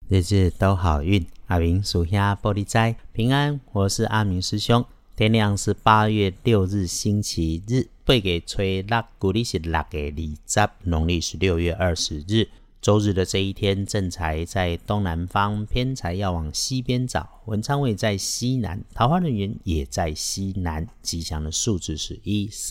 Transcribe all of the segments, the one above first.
日日都好运，阿明属下玻璃斋平安，我是阿明师兄。天亮是8月6日星期日，8月初6，古历是6月20，农历是6月20日。周日的这一天，正财在东南方，偏财要往西边找，文昌位在西南，桃花人缘也在西南，吉祥的数字是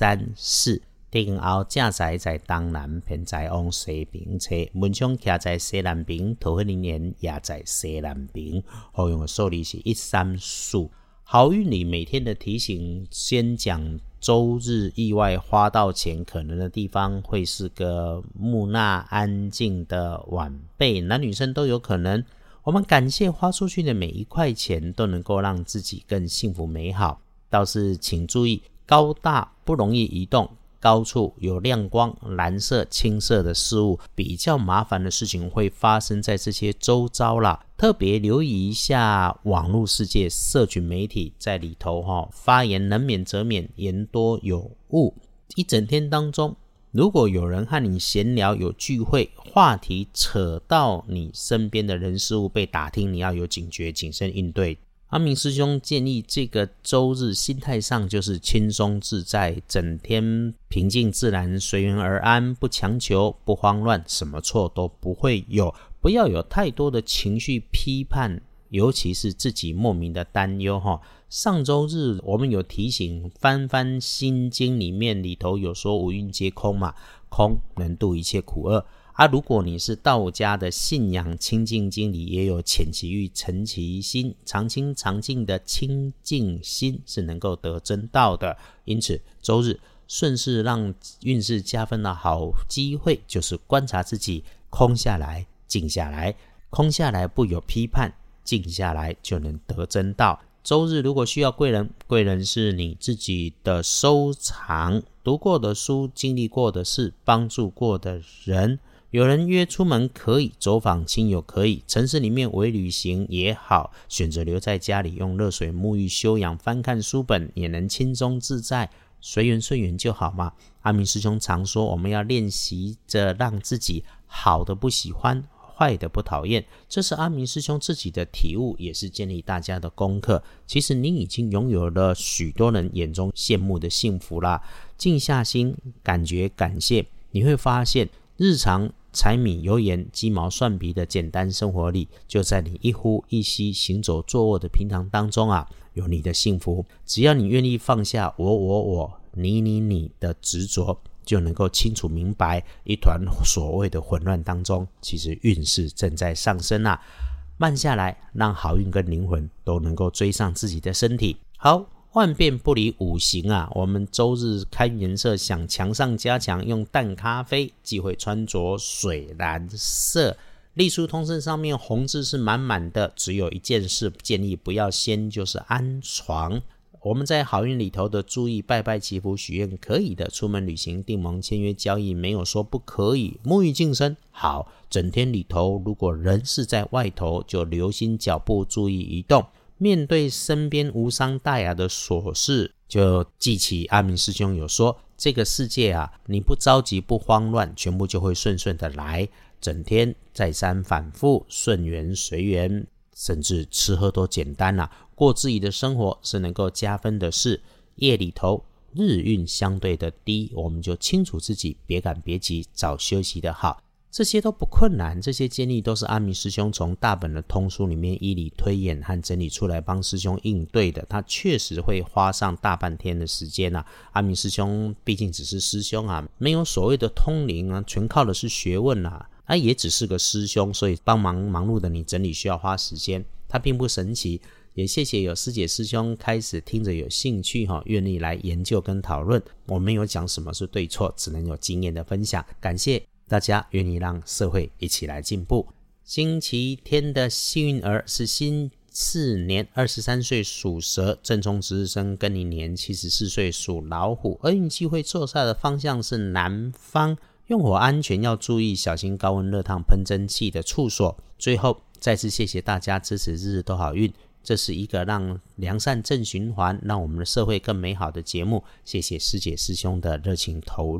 1、3、4。天后正财在东南，偏财往西边找，文昌徛在西南边，桃花人缘也在西南边。好用的数字是1、3、4。好运里每天的提醒，先讲周日意外花到钱可能的地方，会是个木讷安静的晚辈，男女生都有可能。我们感谢花出去的每一块钱，都能够让自己更幸福美好。倒是请注意，高大不容易移动，高处有亮光、蓝色、青色的事物，比较麻烦的事情会发生在这些周遭啦。特别留意一下网络世界、社群媒体在里头发言能免则免，言多有误。一整天当中，如果有人和你闲聊，有聚会，话题扯到你身边的人事物被打听，你要有警觉，谨慎应对。阿明师兄建议这个周日心态上就是轻松自在，整天平静自然，随缘而安，不强求，不慌乱，什么错都不会有，不要有太多的情绪批判，尤其是自己莫名的担忧。上周日我们有提醒翻翻心经里头有说五蕴皆空嘛，空能度一切苦厄。如果你是道家的信仰，清净经里也有潜其欲诚其心，常清常净的清净心是能够得真道的。因此周日顺势让运势加分的好机会，就是观察自己，空下来，静下来，空下来不有批判，静下来就能得真道。周日如果需要贵人，贵人是你自己的收藏，读过的书，经历过的事，帮助过的人。有人约出门可以，走访亲友可以，城市里面微旅行也好，选择留在家里用热水沐浴休养，翻看书本也能轻松自在，随缘顺缘就好嘛。阿明师兄常说，我们要练习着让自己好的不喜欢，坏的不讨厌，这是阿明师兄自己的体悟，也是建立大家的功课。其实你已经拥有了许多人眼中羡慕的幸福啦。静下心，感觉感谢，你会发现日常柴米油盐鸡毛蒜皮的简单生活里，就在你一呼一吸行走坐卧的平常当中有你的幸福。只要你愿意放下我你的执着，就能够清楚明白一团所谓的混乱当中，其实运势正在上升慢下来，让好运跟灵魂都能够追上自己的身体。好，万变不离五行我们周日看颜色，想强上加强，用淡咖啡，忌讳穿着水蓝色。隶书通胜上面红字是满满的，只有一件事建议不要先，就是安床。我们在好运里头的注意，拜拜祈福许愿可以的，出门旅行订盟签约交易没有说不可以，沐浴净身好。整天里头如果人是在外头，就留心脚步，注意移动。面对身边无伤大雅的琐事，就记起阿明师兄有说，这个世界你不着急不慌乱，全部就会顺顺的来。整天再三反复，顺缘随缘，甚至吃喝都简单过自己的生活是能够加分的事。夜里头日运相对的低，我们就清楚自己，别赶别急，早休息的好。这些都不困难，这些建议都是阿明师兄从大本的通书里面依理推演和整理出来帮师兄应对的。他确实会花上大半天的时间阿明师兄毕竟只是师兄没有所谓的通灵全靠的是学问他也只是个师兄，所以帮忙忙碌的你整理需要花时间，他并不神奇。也谢谢有师姐师兄开始听着有兴趣愿意来研究跟讨论。我没有讲什么是对错，只能有经验的分享。感谢大家愿意让社会一起来进步。星期天的幸运儿是辛巳年23岁属蛇，正冲值日生庚寅年74岁属老虎。厄运机会坐煞的方向是南方，用火安全要注意，小心高温热烫喷蒸汽的处所。最后再次谢谢大家支持日日都好运，这是一个让良善正循环，让我们的社会更美好的节目。谢谢师姐师兄的热情投入。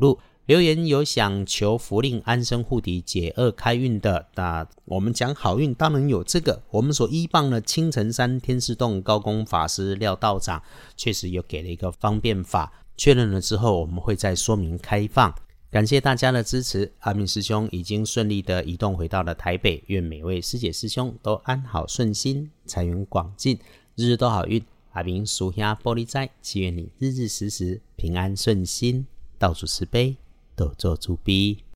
留言有想求符令安身护体解厄开运的，那我们讲好运当然有这个，我们所依傍的青城山天师洞高公法师廖道长确实有给了一个方便法，确认了之后我们会再说明开放。感谢大家的支持，阿明师兄已经顺利的移动回到了台北，愿每位师姐师兄都安好顺心，财源广进，日日都好运。阿明属下玻璃斋，祈愿你日日时时平安顺心，到处慈悲，多做主逼。